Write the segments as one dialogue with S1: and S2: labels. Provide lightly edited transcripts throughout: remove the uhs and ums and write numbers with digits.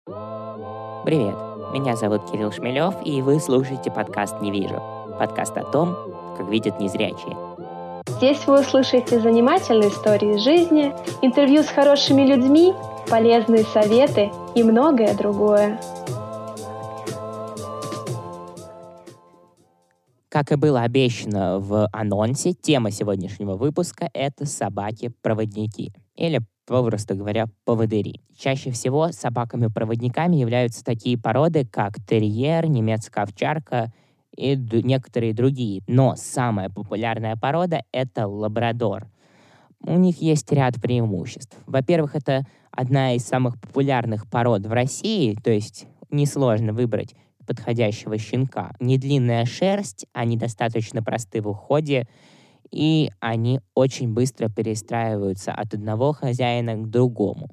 S1: Привет, меня зовут Кирилл Шмелев, и вы слушаете подкаст «Не вижу». Подкаст о том, как видят незрячие.
S2: Здесь вы услышите занимательные истории из жизни, интервью с хорошими людьми, полезные советы и многое другое.
S1: Как и было обещано в анонсе, тема сегодняшнего выпуска — это собаки-проводники, или, попросту говоря, поводыри. Чаще всего собаками-проводниками являются такие породы, как терьер, немецкая овчарка и некоторые другие. Но самая популярная порода — это лабрадор. У них есть ряд преимуществ. Во-первых, это одна из самых популярных пород в России, то есть несложно выбрать подходящего щенка. Недлинная шерсть, они достаточно просты в уходе, и они очень быстро перестраиваются от одного хозяина к другому.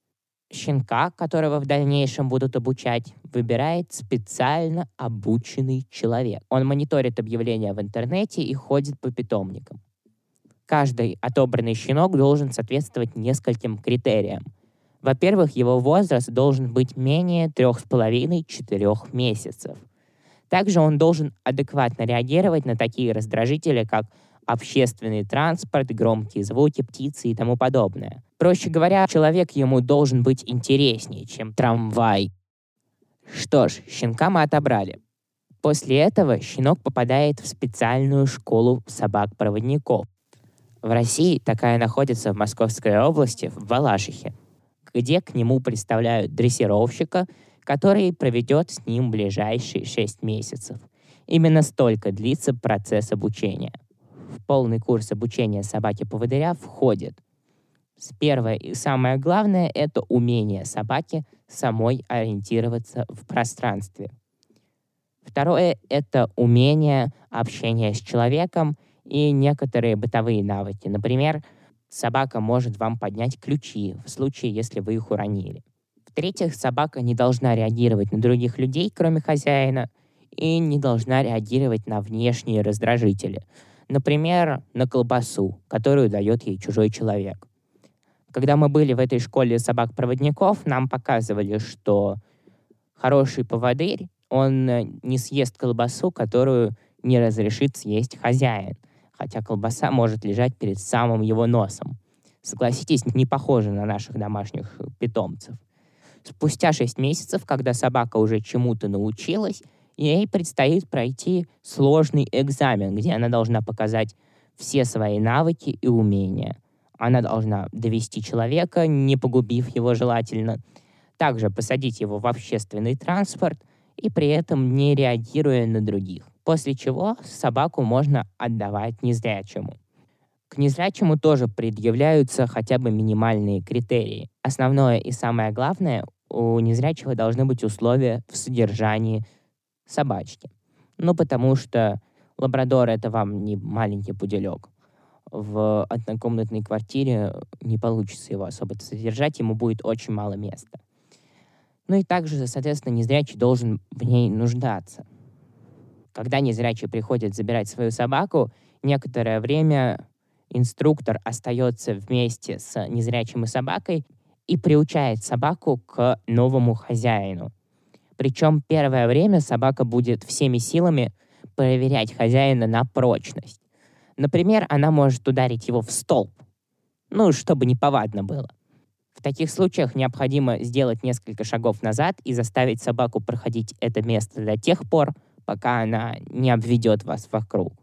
S1: Щенка, которого в дальнейшем будут обучать, выбирает специально обученный человек. Он мониторит объявления в интернете и ходит по питомникам. Каждый отобранный щенок должен соответствовать нескольким критериям. Во-первых, его возраст должен быть менее 3,5-4 месяцев. Также он должен адекватно реагировать на такие раздражители, как общественный транспорт, громкие звуки, птицы и тому подобное. Проще говоря, человек ему должен быть интереснее, чем трамвай. Что ж, щенка мы отобрали. После этого щенок попадает в специальную школу собак-проводников. В России такая находится в Московской области, в Балашихе, где к нему представляют дрессировщика, который проведет с ним ближайшие 6 месяцев. Именно столько длится процесс обучения. В полный курс обучения собаки-поводыря входит первое и самое главное — это умение собаки самой ориентироваться в пространстве. Второе — это умение общения с человеком и некоторые бытовые навыки. Например, собака может вам поднять ключи в случае, если вы их уронили. В-третьих, собака не должна реагировать на других людей, кроме хозяина, и не должна реагировать на внешние раздражители. Например, на колбасу, которую дает ей чужой человек. Когда мы были в этой школе собак-проводников, нам показывали, что хороший поводырь, он не съест колбасу, которую не разрешит съесть хозяин, хотя колбаса может лежать перед самым его носом. Согласитесь, не похоже на наших домашних питомцев. Спустя 6 месяцев, когда собака уже чему-то научилась, ей предстоит пройти сложный экзамен, где она должна показать все свои навыки и умения. Она должна довести человека, не погубив его желательно, также посадить его в общественный транспорт и при этом не реагируя на других. После чего собаку можно отдавать незрячему. К незрячему тоже предъявляются хотя бы минимальные критерии. Основное и самое главное, у незрячего должны быть условия в содержании собачки. Потому что лабрадор — это вам не маленький пуделек. В однокомнатной квартире не получится его особо содержать, ему будет очень мало места. И также, соответственно, незрячий должен в ней нуждаться. Когда незрячий приходит забирать свою собаку, некоторое время инструктор остается вместе с незрячим и собакой и приучает собаку к новому хозяину. Причем первое время собака будет всеми силами проверять хозяина на прочность. Например, она может ударить его в столб, чтобы неповадно было. В таких случаях необходимо сделать несколько шагов назад и заставить собаку проходить это место до тех пор, пока она не обведет вас вокруг.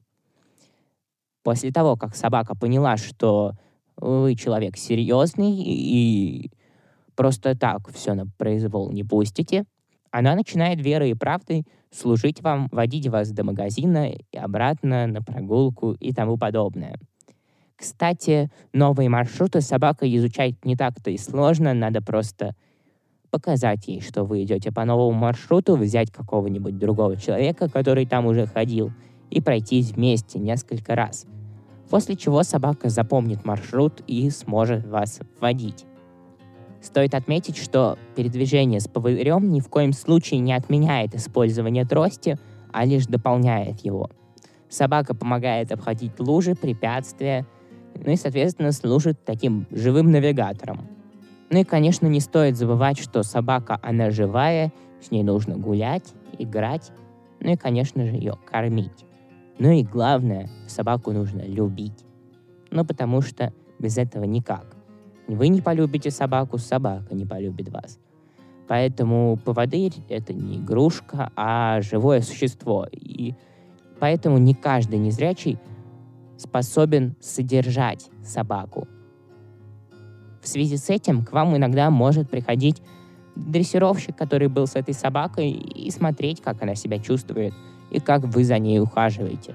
S1: После того, как собака поняла, что вы человек серьезный и просто так все на произвол не пустите, она начинает верой и правдой служить вам, водить вас до магазина и обратно на прогулку и тому подобное. Кстати, новые маршруты собака изучать не так-то и сложно, надо просто показать ей, что вы идете по новому маршруту, взять какого-нибудь другого человека, который там уже ходил, и пройтись вместе несколько раз. После чего собака запомнит маршрут и сможет вас водить. Стоит отметить, что передвижение с поводырем ни в коем случае не отменяет использование трости, а лишь дополняет его. Собака помогает обходить лужи, препятствия, и, соответственно, служит таким живым навигатором. Ну и, конечно, не стоит забывать, что собака, она живая, с ней нужно гулять, играть, ну и, конечно же, ее кормить. Ну и главное, собаку нужно любить. Ну, потому что без этого никак. Вы не полюбите собаку, собака не полюбит вас. Поэтому поводырь — это не игрушка, а живое существо. И поэтому не каждый незрячий способен содержать собаку. В связи с этим к вам иногда может приходить дрессировщик, который был с этой собакой, и смотреть, как она себя чувствует, и как вы за ней ухаживаете.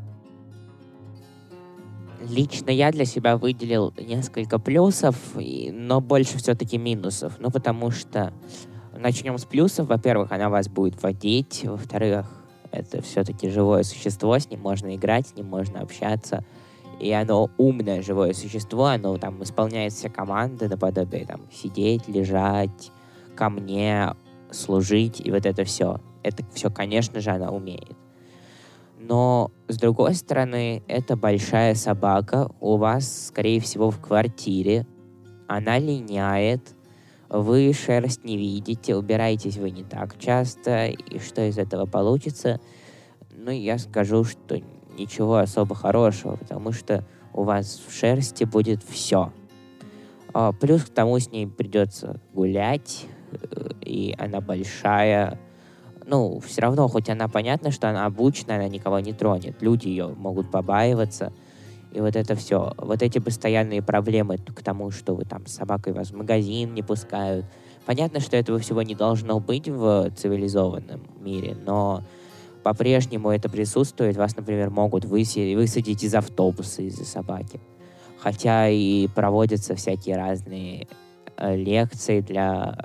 S1: Лично я для себя выделил несколько плюсов, но больше все-таки минусов. Ну, потому что начнем с плюсов. Во-первых, она вас будет водить. Во-вторых, это все-таки живое существо, с ним можно играть, с ним можно общаться. И оно умное живое существо, оно там исполняет все команды наподобие там сидеть, лежать, ко мне, служить, и вот это все. Это все, конечно же, она умеет. Но, с другой стороны, это большая собака у вас, скорее всего, в квартире. Она линяет, вы шерсть не видите, убираетесь вы не так часто. И что из этого получится? Ну, я скажу, что ничего особо хорошего, потому что у вас в шерсти будет все. Плюс к тому с ней придется гулять, и она большая. Ну, все равно, хоть она понятно, что она обучена, она никого не тронет. Люди ее могут побаиваться. И вот это все. Вот эти постоянные проблемы к тому, что вы там с собакой вас в магазин не пускают. Понятно, что этого всего не должно быть в цивилизованном мире, но по-прежнему это присутствует. Вас, например, могут высадить из автобуса из-за собаки. Хотя и проводятся всякие разные лекции для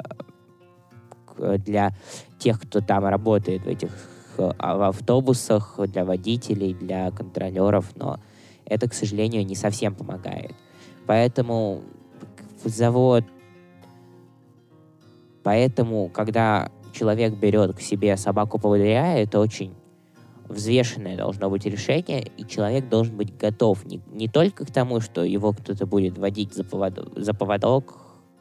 S1: тех, кто там работает в этих в автобусах, для водителей, для контролеров, но это, к сожалению, не совсем помогает. Поэтому когда человек берет к себе собаку-поводыря, это очень взвешенное должно быть решение, и человек должен быть готов не только к тому, что его кто-то будет водить за поводок,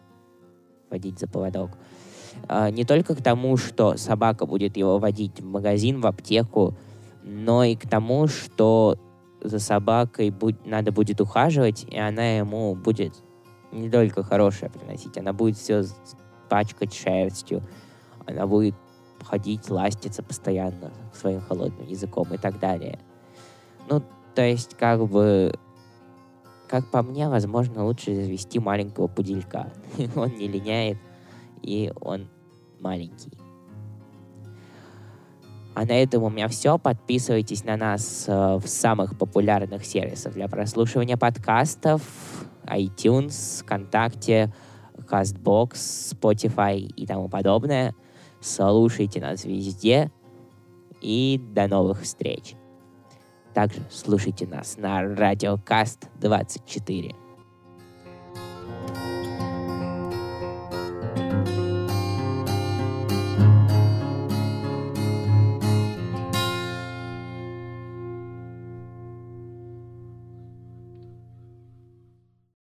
S1: не только к тому, что собака будет его водить в магазин, в аптеку, но и к тому, что за собакой надо будет ухаживать, и она ему будет не только хорошее приносить, она будет все пачкать шерстью, она будет ходить, ластиться постоянно своим холодным языком и так далее. Ну, то есть, как по мне, возможно, лучше завести маленького пуделька. Он не линяет, и он маленький. А на этом у меня все. Подписывайтесь на нас в самых популярных сервисах для прослушивания подкастов: iTunes, ВКонтакте, CastBox, Spotify и тому подобное. Слушайте нас везде. И до новых встреч. Также слушайте нас на Радиокаст 24.